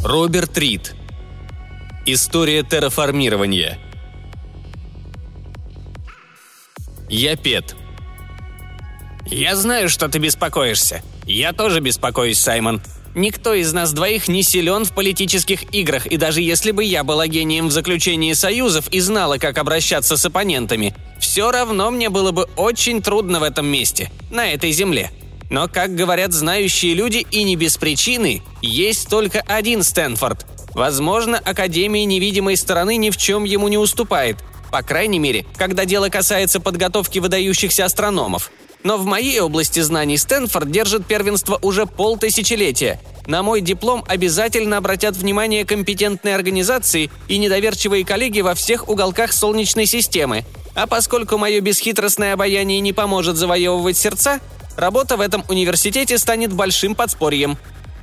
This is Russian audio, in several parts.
Роберт Рид. История терраформирования. Я Пет. «Я знаю, что ты беспокоишься. Я тоже беспокоюсь, Саймон. Никто из нас двоих не силен в политических играх, и даже если бы я была гением в заключении союзов и знала, как обращаться с оппонентами, все равно мне было бы очень трудно в этом месте, на этой земле. Но, как говорят знающие люди, и не без причины, есть только один Стэнфорд. Возможно, Академия невидимой стороны ни в чем ему не уступает, по крайней мере, когда дело касается подготовки выдающихся астрономов. Но в моей области знаний Стэнфорд держит первенство уже полтысячелетия. На мой диплом обязательно обратят внимание компетентные организации и недоверчивые коллеги во всех уголках Солнечной системы. А поскольку мое бесхитростное обаяние не поможет завоевывать сердца, работа в этом университете станет большим подспорьем».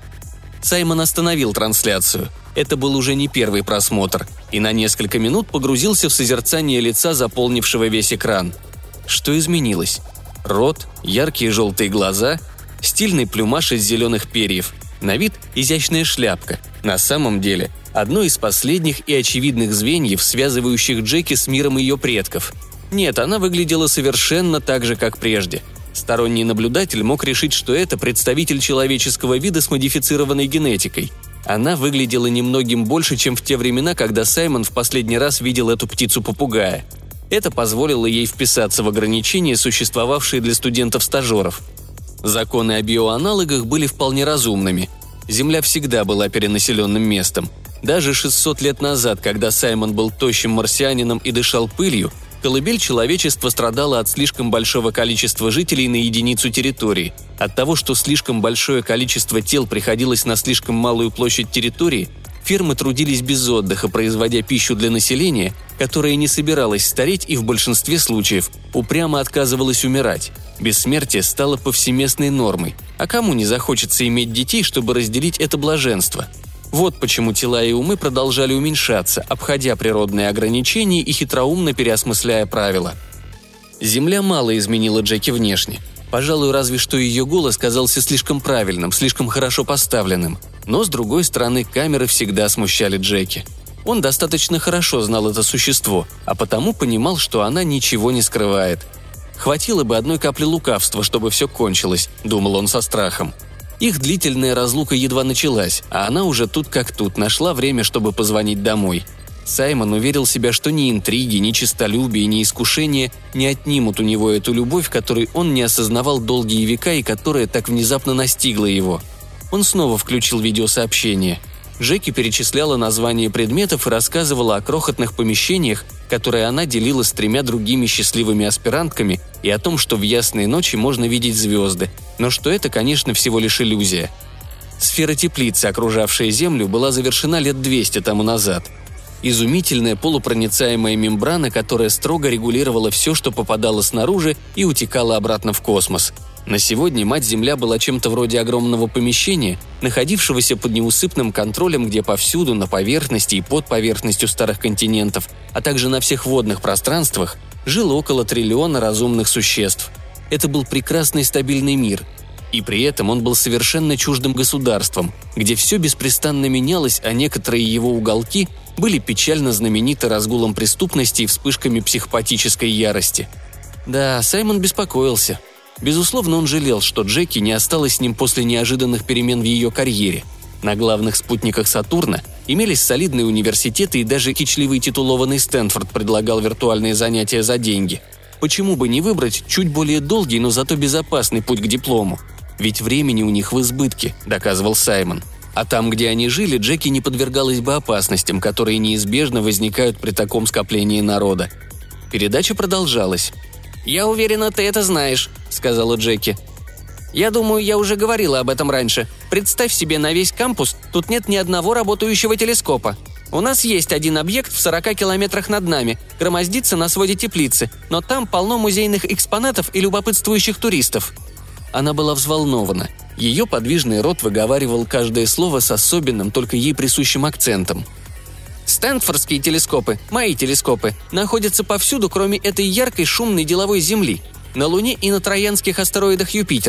Саймон остановил трансляцию. Это был уже не первый просмотр, и на несколько минут погрузился в созерцание лица, заполнившего весь экран. Что изменилось? Рот, яркие желтые глаза, стильный плюмаж из зеленых перьев, на вид изящная шляпка. На самом деле, одно из последних и очевидных звеньев, связывающих Джеки с миром ее предков. Нет, она выглядела совершенно так же, как прежде. Сторонний наблюдатель мог решить, что это представитель человеческого вида с модифицированной генетикой. Она выглядела немногим больше, чем в те времена, когда Саймон в последний раз видел эту птицу-попугая. Это позволило ей вписаться в ограничения, существовавшие для студентов-стажеров. Законы о биоаналогах были вполне разумными. Земля всегда была перенаселенным местом. Даже 600 лет назад, когда Саймон был тощим марсианином и дышал пылью, колыбель человечества страдала от слишком большого количества жителей на единицу территории. От того, что слишком большое количество тел приходилось на слишком малую площадь территории, фермы трудились без отдыха, производя пищу для населения, которое не собиралось стареть и в большинстве случаев упрямо отказывалось умирать. Бессмертие стало повсеместной нормой. А кому не захочется иметь детей, чтобы разделить это блаженство? Вот почему тела и умы продолжали уменьшаться, обходя природные ограничения и хитроумно переосмысляя правила. Земля мало изменила Джеки внешне. Пожалуй, разве что ее голос казался слишком правильным, слишком хорошо поставленным. Но, с другой стороны, камеры всегда смущали Джеки. Он достаточно хорошо знал это существо, а потому понимал, что она ничего не скрывает. «Хватило бы одной капли лукавства, чтобы все кончилось», — думал он со страхом. Их длительная разлука едва началась, а она уже тут как тут нашла время, чтобы позвонить домой. Саймон уверил себя, что ни интриги, ни честолюбие, ни искушение не отнимут у него эту любовь, которой он не осознавал долгие века и которая так внезапно настигла его. Он снова включил видеосообщение. Джеки перечисляла названия предметов и рассказывала о крохотных помещениях, которые она делила с 3 другими счастливыми аспирантками, и о том, что в ясные ночи можно видеть звезды, но что это, конечно, всего лишь иллюзия. Сфера теплицы, окружавшая Землю, была завершена лет 200 тому назад. Изумительная полупроницаемая мембрана, которая строго регулировала все, что попадало снаружи и утекало обратно в космос. На сегодня Мать-Земля была чем-то вроде огромного помещения, находившегося под неусыпным контролем, где повсюду, на поверхности и под поверхностью старых континентов, а также на всех водных пространствах, жило около 1 триллиона разумных существ. Это был прекрасный стабильный мир. И при этом он был совершенно чуждым государством, где все беспрестанно менялось, а некоторые его уголки были печально знамениты разгулом преступности и вспышками психопатической ярости. Да, Саймон беспокоился. Безусловно, он жалел, что Джеки не осталась с ним после неожиданных перемен в ее карьере. На главных спутниках Сатурна имелись солидные университеты, и даже кичливый титулованный Стэнфорд предлагал виртуальные занятия за деньги. Почему бы не выбрать чуть более долгий, но зато безопасный путь к диплому? Ведь времени у них в избытке, доказывал Саймон. А там, где они жили, Джеки не подвергалась бы опасностям, которые неизбежно возникают при таком скоплении народа. Передача продолжалась. «Я уверена, ты это знаешь», — сказала Джеки. «Я думаю, я уже говорила об этом раньше. Представь себе, на весь кампус тут нет ни одного работающего телескопа. У нас есть один объект в 40 километрах над нами, громоздится на своде теплицы, но там полно музейных экспонатов и любопытствующих туристов». Она была взволнована. Ее подвижный рот выговаривал каждое слово с особенным, только ей присущим акцентом. «Стэнфордские телескопы, мои телескопы, находятся повсюду, кроме этой яркой, шумной деловой Земли, на Луне и на троянских астероидах Юпитера.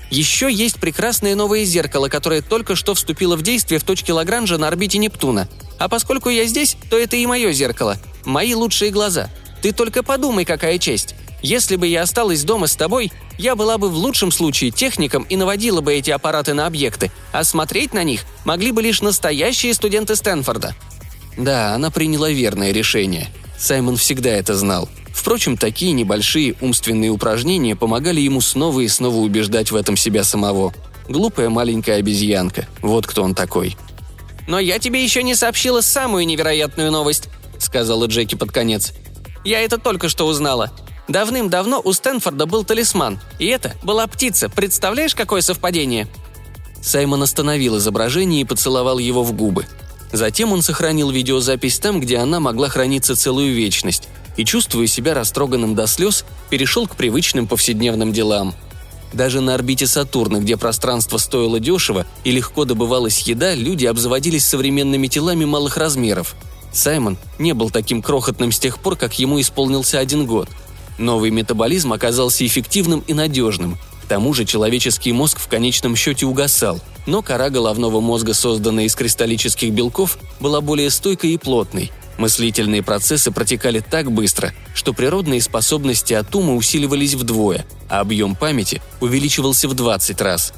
Еще есть прекрасное новое зеркало, которое только что вступило в действие в точке Лагранжа на орбите Нептуна. А поскольку я здесь, то это и мое зеркало. Мои лучшие глаза. Ты только подумай, какая честь. Если бы я осталась дома с тобой, я была бы в лучшем случае техником и наводила бы эти аппараты на объекты, а смотреть на них могли бы лишь настоящие студенты Стэнфорда». Да, она приняла верное решение. Саймон всегда это знал. Впрочем, такие небольшие умственные упражнения помогали ему снова и снова убеждать в этом себя самого. Глупая маленькая обезьянка. Вот кто он такой. «Но я тебе еще не сообщила самую невероятную новость», — сказала Джеки под конец. «Я это только что узнала. Давным-давно у Стэнфорда был талисман, и это была птица. Представляешь, какое совпадение?» Саймон остановил изображение и поцеловал его в губы. Затем он сохранил видеозапись там, где она могла храниться целую вечность, и, чувствуя себя растроганным до слез, перешел к привычным повседневным делам. Даже на орбите Сатурна, где пространство стоило дешево и легко добывалась еда, люди обзаводились современными телами малых размеров. Саймон не был таким крохотным с тех пор, как ему исполнился 1 год. Новый метаболизм оказался эффективным и надежным. К тому же человеческий мозг в конечном счете угасал, но кора головного мозга, созданная из кристаллических белков, была более стойкой и плотной. Мыслительные процессы протекали так быстро, что природные способности атома усиливались вдвое, а объем памяти увеличивался в 20 раз.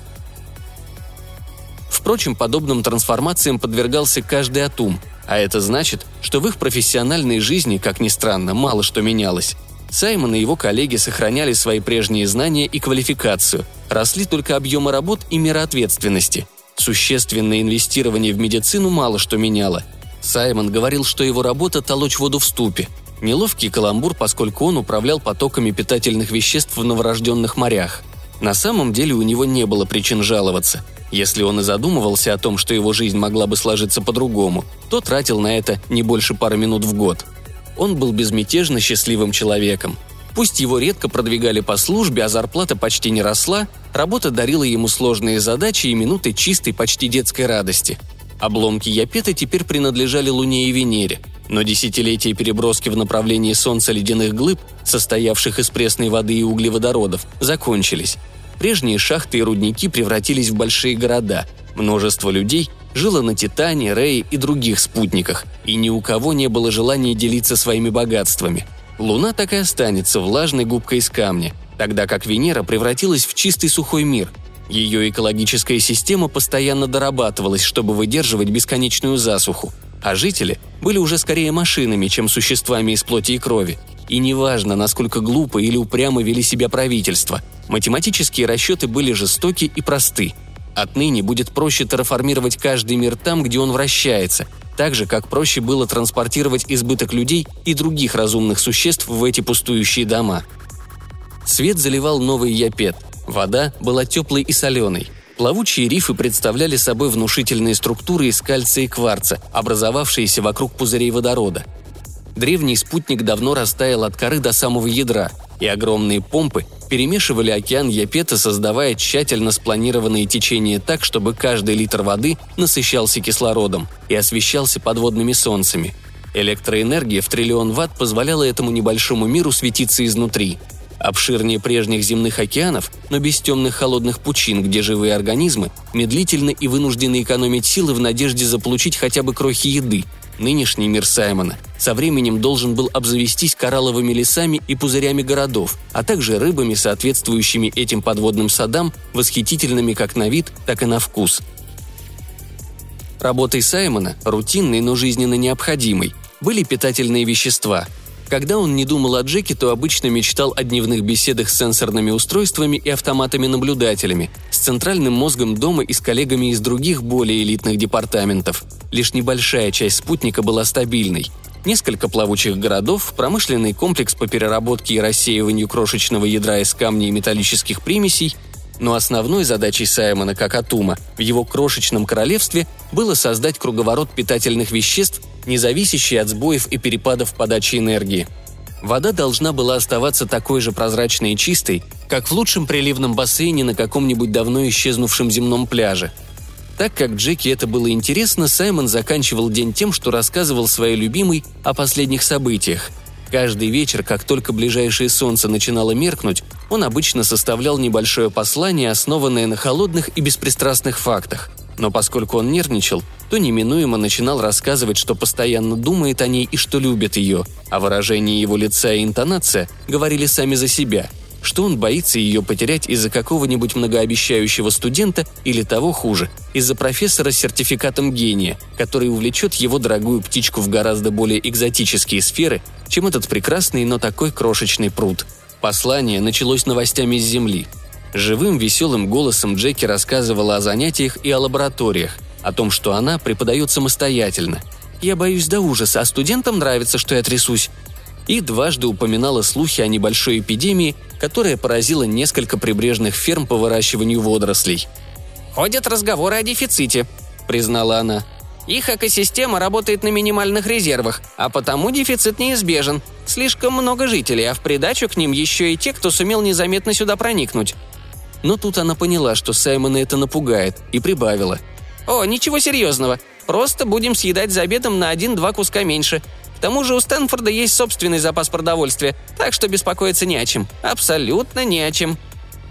Впрочем, подобным трансформациям подвергался каждый атом, а это значит, что в их профессиональной жизни, как ни странно, мало что менялось. Саймон и его коллеги сохраняли свои прежние знания и квалификацию, росли только объемы работ и мера ответственности. Существенное инвестирование в медицину мало что меняло. Саймон говорил, что его работа – толочь воду в ступе. Неловкий каламбур, поскольку он управлял потоками питательных веществ в новорожденных морях. На самом деле у него не было причин жаловаться. Если он и задумывался о том, что его жизнь могла бы сложиться по-другому, то тратил на это не больше пары минут в год. Он был безмятежно счастливым человеком. Пусть его редко продвигали по службе, а зарплата почти не росла, работа дарила ему сложные задачи и минуты чистой, почти детской радости. Обломки Япета теперь принадлежали Луне и Венере, но десятилетия переброски в направлении Солнца ледяных глыб, состоявших из пресной воды и углеводородов, закончились. Прежние шахты и рудники превратились в большие города, множество людей жило на Титане, Рее и других спутниках, и ни у кого не было желания делиться своими богатствами. Луна так и останется влажной губкой из камня, тогда как Венера превратилась в чистый сухой мир. Ее экологическая система постоянно дорабатывалась, чтобы выдерживать бесконечную засуху, а жители были уже скорее машинами, чем существами из плоти и крови. И неважно, насколько глупо или упрямо вели себя правительства, математические расчеты были жестоки и просты. Отныне будет проще терраформировать каждый мир там, где он вращается, так же, как проще было транспортировать избыток людей и других разумных существ в эти пустующие дома. Свет заливал новый Япет. Вода была теплой и соленой. Плавучие рифы представляли собой внушительные структуры из кальция и кварца, образовавшиеся вокруг пузырей водорода. Древний спутник давно растаял от коры до самого ядра, и огромные помпы перемешивали океан Япета, создавая тщательно спланированные течения так, чтобы каждый литр воды насыщался кислородом и освещался подводными солнцами. Электроэнергия в 1 триллион ватт позволяла этому небольшому миру светиться изнутри. Обширнее прежних земных океанов, но без темных холодных пучин, где живые организмы медлительно и вынуждены экономить силы в надежде заполучить хотя бы крохи еды. Нынешний мир Саймона со временем должен был обзавестись коралловыми лесами и пузырями городов, а также рыбами, соответствующими этим подводным садам, восхитительными как на вид, так и на вкус. Работой Саймона, рутинной, но жизненно необходимой, были питательные вещества. Когда он не думал о Джеки, то обычно мечтал о дневных беседах с сенсорными устройствами и автоматами-наблюдателями, с центральным мозгом дома и с коллегами из других более элитных департаментов. Лишь небольшая часть спутника была стабильной. Несколько плавучих городов, промышленный комплекс по переработке и рассеиванию крошечного ядра из камней и металлических примесей, но основной задачей Саймона как атома в его крошечном королевстве было создать круговорот питательных веществ, не зависящий от сбоев и перепадов подачи энергии. Вода должна была оставаться такой же прозрачной и чистой, как в лучшем приливном бассейне на каком-нибудь давно исчезнувшем земном пляже. Так как Джеки это было интересно, Саймон заканчивал день тем, что рассказывал своей любимой о последних событиях. Каждый вечер, как только ближайшее солнце начинало меркнуть, он обычно составлял небольшое послание, основанное на холодных и беспристрастных фактах. Но поскольку он нервничал, то неминуемо начинал рассказывать, что постоянно думает о ней и что любит ее, а выражение его лица и интонация говорили сами за себя, что он боится ее потерять из-за какого-нибудь многообещающего студента или того хуже, из-за профессора с сертификатом гения, который увлечет его дорогую птичку в гораздо более экзотические сферы, чем этот прекрасный, но такой крошечный пруд. Послание началось новостями с Земли. Живым, веселым голосом Джеки рассказывала о занятиях и о лабораториях, о том, что она преподает самостоятельно. «Я боюсь до ужаса, а студентам нравится, что я трясусь». И дважды упоминала слухи о небольшой эпидемии, которая поразила несколько прибрежных ферм по выращиванию водорослей. «Ходят разговоры о дефиците», — признала она. «Их экосистема работает на минимальных резервах, а потому дефицит неизбежен. Слишком много жителей, а в придачу к ним еще и те, кто сумел незаметно сюда проникнуть». Но тут она поняла, что Саймона это напугает, и прибавила. «О, ничего серьезного. Просто будем съедать за обедом на 1-2 куска меньше. К тому же у Стэнфорда есть собственный запас продовольствия, так что беспокоиться не о чем. Абсолютно не о чем».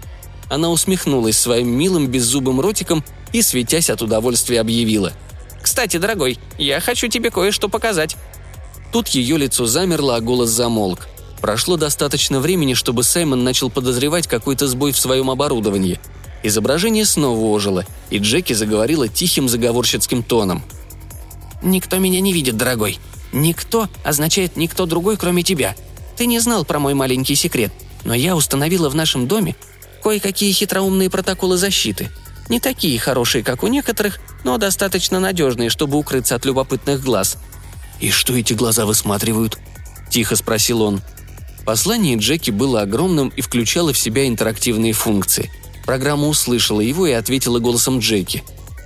Она усмехнулась своим милым беззубым ротиком и, светясь от удовольствия, объявила. «Кстати, дорогой, я хочу тебе кое-что показать». Тут ее лицо замерло, а голос замолк. Прошло достаточно времени, чтобы Саймон начал подозревать какой-то сбой в своем оборудовании. Изображение снова ожило, и Джеки заговорила тихим заговорщицким тоном. «Никто меня не видит, дорогой. «Никто» означает «никто другой, кроме тебя». Ты не знал про мой маленький секрет, но я установила в нашем доме кое-какие хитроумные протоколы защиты. Не такие хорошие, как у некоторых, но достаточно надежные, чтобы укрыться от любопытных глаз». «И что эти глаза высматривают?» – тихо спросил он. Послание Джеки было огромным и включало в себя интерактивные функции. Программа услышала его и ответила голосом Джеки.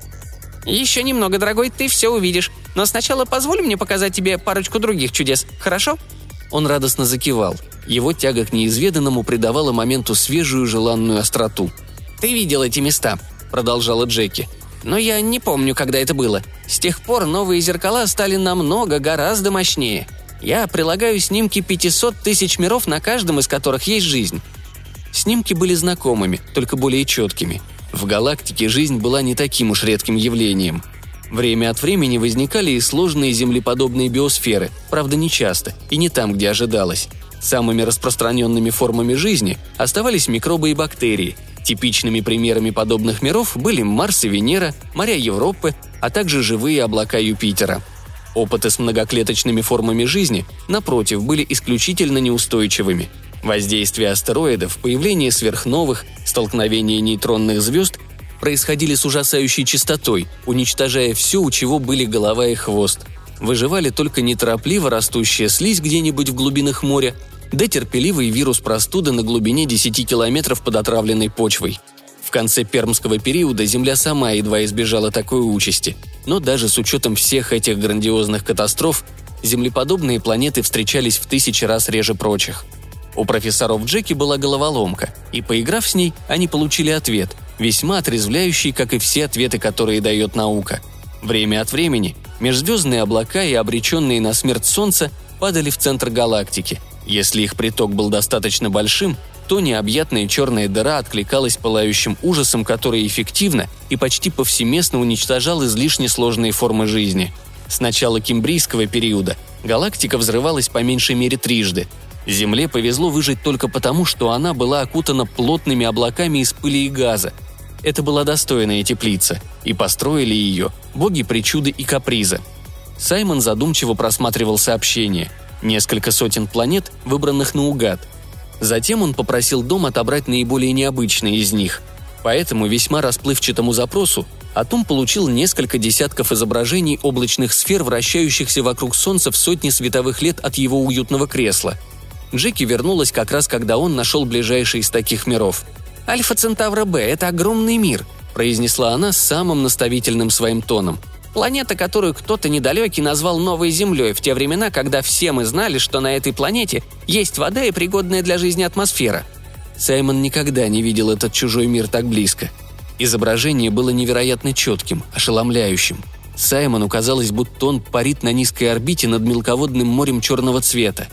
«Еще немного, дорогой, ты все увидишь. Но сначала позволь мне показать тебе парочку других чудес, хорошо?» Он радостно закивал. Его тяга к неизведанному придавала моменту свежую желанную остроту. «Ты видел эти места», — продолжала Джеки. «Но я не помню, когда это было. С тех пор новые зеркала стали гораздо мощнее. Я прилагаю снимки 500 тысяч миров, на каждом из которых есть жизнь». Снимки были знакомыми, только более четкими. В галактике жизнь была не таким уж редким явлением. Время от времени возникали и сложные землеподобные биосферы, правда не часто, и не там, где ожидалось. Самыми распространенными формами жизни оставались микробы и бактерии. Типичными примерами подобных миров были Марс и Венера, моря Европы, а также живые облака Юпитера. Опыты с многоклеточными формами жизни, напротив, были исключительно неустойчивыми. Воздействие астероидов, появление сверхновых, столкновение нейтронных звезд происходили с ужасающей частотой, уничтожая все, у чего были голова и хвост. Выживали только неторопливо растущая слизь где-нибудь в глубинах моря, да терпеливый вирус простуды на глубине 10 километров под отравленной почвой. В конце пермского периода Земля сама едва избежала такой участи, но даже с учетом всех этих грандиозных катастроф, землеподобные планеты встречались в 1000 раз реже прочих. У профессоров Джеки была головоломка, и, поиграв с ней, они получили ответ, весьма отрезвляющий, как и все ответы, которые дает наука. Время от времени межзвездные облака и обреченные на смерть Солнца падали в центр галактики. Если их приток был достаточно большим, то необъятная черная дыра откликалась пылающим ужасом, который эффективно и почти повсеместно уничтожал излишне сложные формы жизни. С начала Кембрийского периода галактика взрывалась по меньшей мере трижды. Земле повезло выжить только потому, что она была окутана плотными облаками из пыли и газа. Это была достойная теплица, и построили ее боги причуды и каприза. Саймон задумчиво просматривал сообщения. Несколько сотен планет, выбранных наугад. Затем он попросил дом отобрать наиболее необычные из них. Поэтому весьма расплывчатому запросу Атом получил несколько десятков изображений облачных сфер, вращающихся вокруг Солнца в сотни световых лет от его уютного кресла. Джеки вернулась как раз, когда он нашел ближайший из таких миров. «Альфа Центавра-Б – это огромный мир», – произнесла она самым наставительным своим тоном. «Планета, которую кто-то недалекий назвал Новой Землей в те времена, когда все мы знали, что на этой планете есть вода и пригодная для жизни атмосфера». Саймон никогда не видел этот чужой мир так близко. Изображение было невероятно четким, ошеломляющим. Саймону казалось, будто он парит на низкой орбите над мелководным морем черного цвета.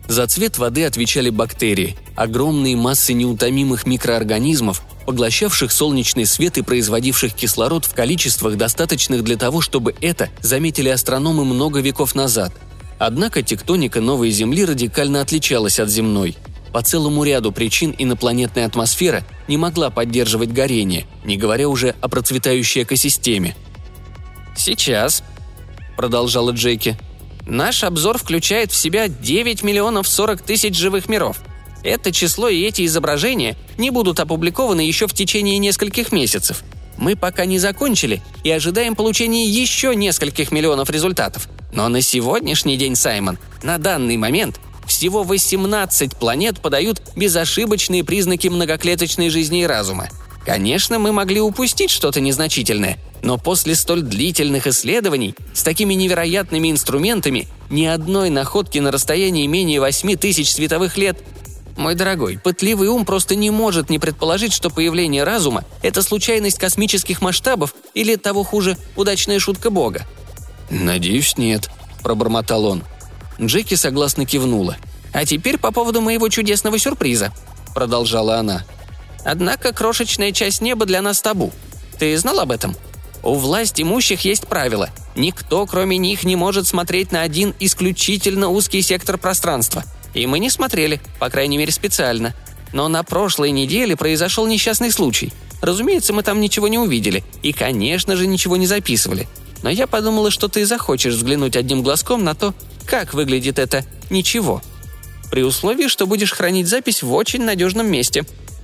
За цвет воды отвечали бактерии, огромные массы неутомимых микроорганизмов, поглощавших солнечный свет и производивших кислород в количествах, достаточных для того, чтобы это заметили астрономы много веков назад. Однако тектоника новой Земли радикально отличалась от земной. По целому ряду причин инопланетная атмосфера не могла поддерживать горение, не говоря уже о процветающей экосистеме. «Сейчас», — продолжала Джеки, — «наш обзор включает в себя 9 миллионов 40 тысяч живых миров. Это число и эти изображения не будут опубликованы еще в течение нескольких месяцев. Мы пока не закончили и ожидаем получения еще нескольких миллионов результатов. Но на сегодняшний день, Саймон, на данный момент всего 18 планет подают безошибочные признаки многоклеточной жизни и разума. Конечно, мы могли упустить что-то незначительное, но после столь длительных исследований с такими невероятными инструментами ни одной находки на расстоянии менее 8 тысяч световых лет. Мой дорогой, пытливый ум просто не может не предположить, что появление разума – это случайность космических масштабов или, того хуже, удачная шутка Бога. «Надеюсь, нет», – пробормотал он. Джеки согласно кивнула. «А теперь по поводу моего чудесного сюрприза», – продолжала она. «Однако крошечная часть неба для нас табу. Ты знал об этом? У власть имущих есть правило. Никто, кроме них, не может смотреть на один исключительно узкий сектор пространства. И мы не смотрели, по крайней мере специально. Но на прошлой неделе произошел несчастный случай. Разумеется, мы там ничего не увидели. И, конечно же, ничего не записывали. Но я подумала, что ты захочешь взглянуть одним глазком на то, как выглядит это «ничего». При условии, что будешь хранить запись в очень надежном месте».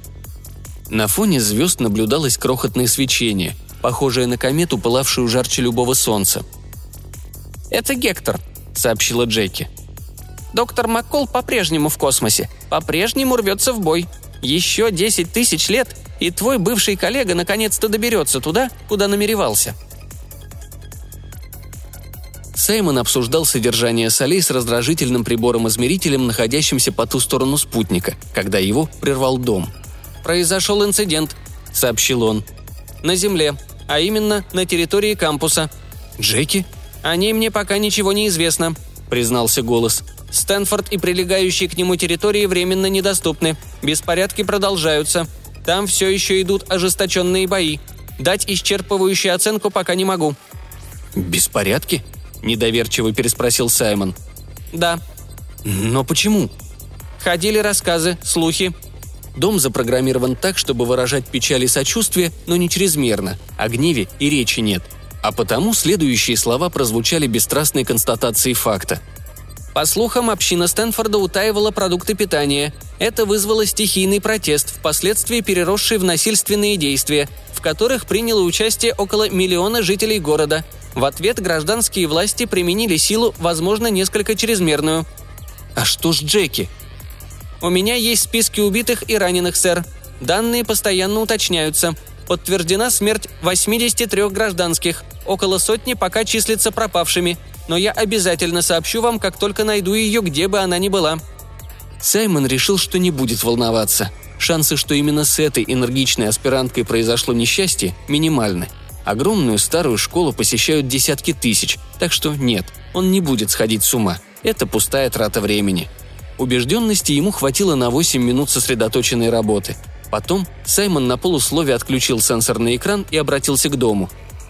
На фоне звезд наблюдалось крохотное свечение, похожее на комету, пылавшую жарче любого солнца. «Это Гектор», — сообщила Джеки. «Доктор Маккол по-прежнему в космосе, по-прежнему рвется в бой. Еще 10 тысяч лет, и твой бывший коллега наконец-то доберется туда, куда намеревался». Саймон обсуждал содержание солей с раздражительным прибором-измерителем, находящимся по ту сторону спутника, когда его прервал дом. «Произошел инцидент», — сообщил он. «На Земле, а именно на территории кампуса». «Джеки?» «О ней мне пока ничего не известно», — признался голос. «Стэнфорд и прилегающие к нему территории временно недоступны. Беспорядки продолжаются. Там все еще идут ожесточенные бои. Дать исчерпывающую оценку пока не могу». «Беспорядки?» – недоверчиво переспросил Саймон. «Да». «Но почему?» «Ходили рассказы, слухи». Дом запрограммирован так, чтобы выражать печаль и сочувствие, но не чрезмерно. О гневе и речи нет. А потому следующие слова прозвучали бесстрастной констатацией факта. По слухам, община Стэнфорда утаивала продукты питания. Это вызвало стихийный протест, впоследствии переросший в насильственные действия, в которых приняло участие около 1 миллиона жителей города. В ответ гражданские власти применили силу, возможно, несколько чрезмерную. «А что с Джеки?» «У меня есть списки убитых и раненых, сэр. Данные постоянно уточняются. Подтверждена смерть 83 гражданских. Около сотни пока числятся пропавшими. Но я обязательно сообщу вам, как только найду ее, где бы она ни была». Саймон решил, что не будет волноваться. Шансы, что именно с этой энергичной аспиранткой произошло несчастье, минимальны. Огромную старую школу посещают десятки тысяч, так что нет, он не будет сходить с ума. Это пустая трата времени. Убежденности ему хватило на 8 минут сосредоточенной работы. Потом Саймон на полуслове отключил сенсорный экран и обратился к дому.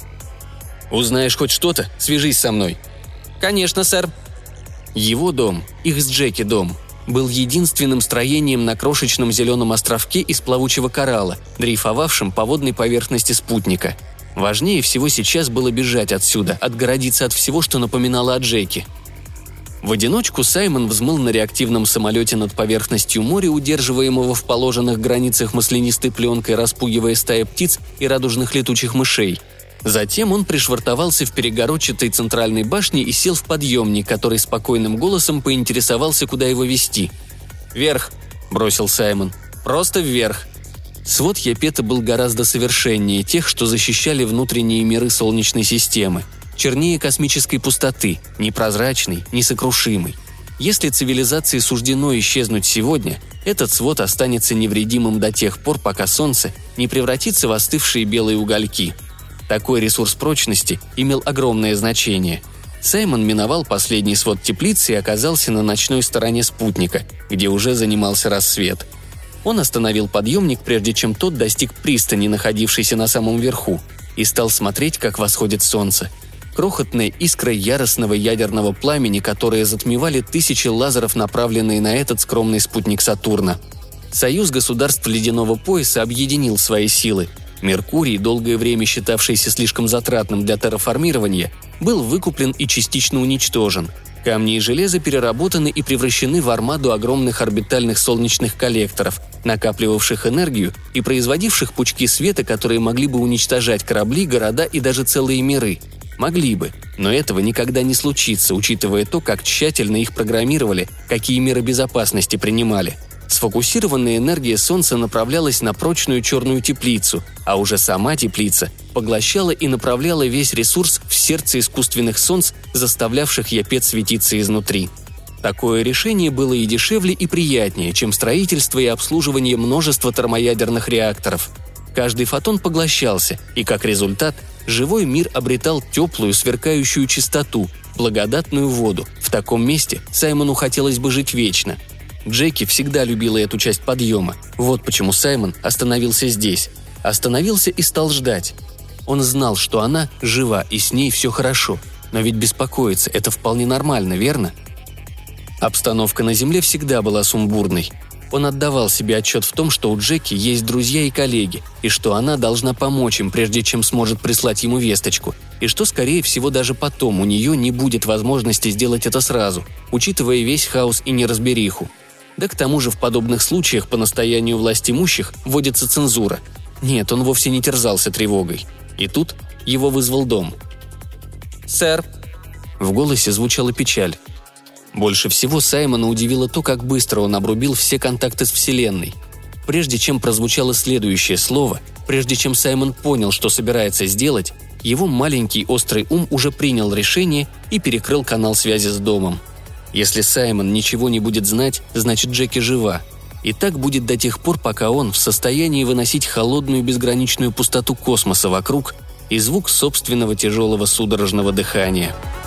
«Узнаешь хоть что-то, свяжись со мной». «Конечно, сэр». Его дом, их с Джеки дом, был единственным строением на крошечном зеленом островке из плавучего коралла, дрейфовавшем по водной поверхности спутника. Важнее всего сейчас было бежать отсюда, отгородиться от всего, что напоминало о Джеки. В одиночку Саймон взмыл на реактивном самолете над поверхностью моря, удерживаемого в положенных границах маслянистой пленкой, распугивая стаи птиц и радужных летучих мышей. Затем он пришвартовался в перегородчатой центральной башне и сел в подъемник, который спокойным голосом поинтересовался, куда его везти. «Вверх», – бросил Саймон. «Просто вверх». Свод Япета был гораздо совершеннее тех, что защищали внутренние миры Солнечной системы. Чернее космической пустоты, непрозрачный, несокрушимый. Если цивилизации суждено исчезнуть сегодня, этот свод останется невредимым до тех пор, пока Солнце не превратится в остывшие белые угольки. Такой ресурс прочности имел огромное значение. Саймон миновал последний свод теплицы и оказался на ночной стороне спутника, где уже занимался рассвет. Он остановил подъемник, прежде чем тот достиг пристани, находившейся на самом верху, и стал смотреть, как восходит солнце. Крохотная искра яростного ядерного пламени, которые затмевали тысячи лазеров, направленные на этот скромный спутник Сатурна. Союз государств Ледяного пояса объединил свои силы. Меркурий, долгое время считавшийся слишком затратным для терраформирования, был выкуплен и частично уничтожен. Камни и железо переработаны и превращены в армаду огромных орбитальных солнечных коллекторов, накапливавших энергию и производивших пучки света, которые могли бы уничтожать корабли, города и даже целые миры. Могли бы, но этого никогда не случится, учитывая то, как тщательно их программировали, какие меры безопасности принимали. Сфокусированная энергия Солнца направлялась на прочную черную теплицу, а уже сама теплица поглощала и направляла весь ресурс в сердце искусственных солнц, заставлявших Япет светиться изнутри. Такое решение было и дешевле, и приятнее, чем строительство и обслуживание множества термоядерных реакторов. Каждый фотон поглощался, и как результат живой мир обретал теплую, сверкающую чистоту, благодатную воду. В таком месте Саймону хотелось бы жить вечно. Джеки всегда любила эту часть подъема. Вот почему Саймон остановился здесь. Остановился и стал ждать. Он знал, что она жива и с ней все хорошо. Но ведь беспокоиться – это вполне нормально, верно? Обстановка на Земле всегда была сумбурной. Он отдавал себе отчет в том, что у Джеки есть друзья и коллеги, и что она должна помочь им, прежде чем сможет прислать ему весточку, и что, скорее всего, даже потом у нее не будет возможности сделать это сразу, учитывая весь хаос и неразбериху. Да к тому же в подобных случаях по настоянию властимущих вводится цензура. Нет, он вовсе не терзался тревогой. И тут его вызвал Дом. «Сэр». В голосе звучала печаль. Больше всего Саймона удивило то, как быстро он обрубил все контакты с Вселенной. Прежде чем прозвучало следующее слово, прежде чем Саймон понял, что собирается сделать, его маленький острый ум уже принял решение и перекрыл канал связи с Домом. Если Саймон ничего не будет знать, значит Джеки жива. И так будет до тех пор, пока он в состоянии выносить холодную безграничную пустоту космоса вокруг и звук собственного тяжелого судорожного дыхания.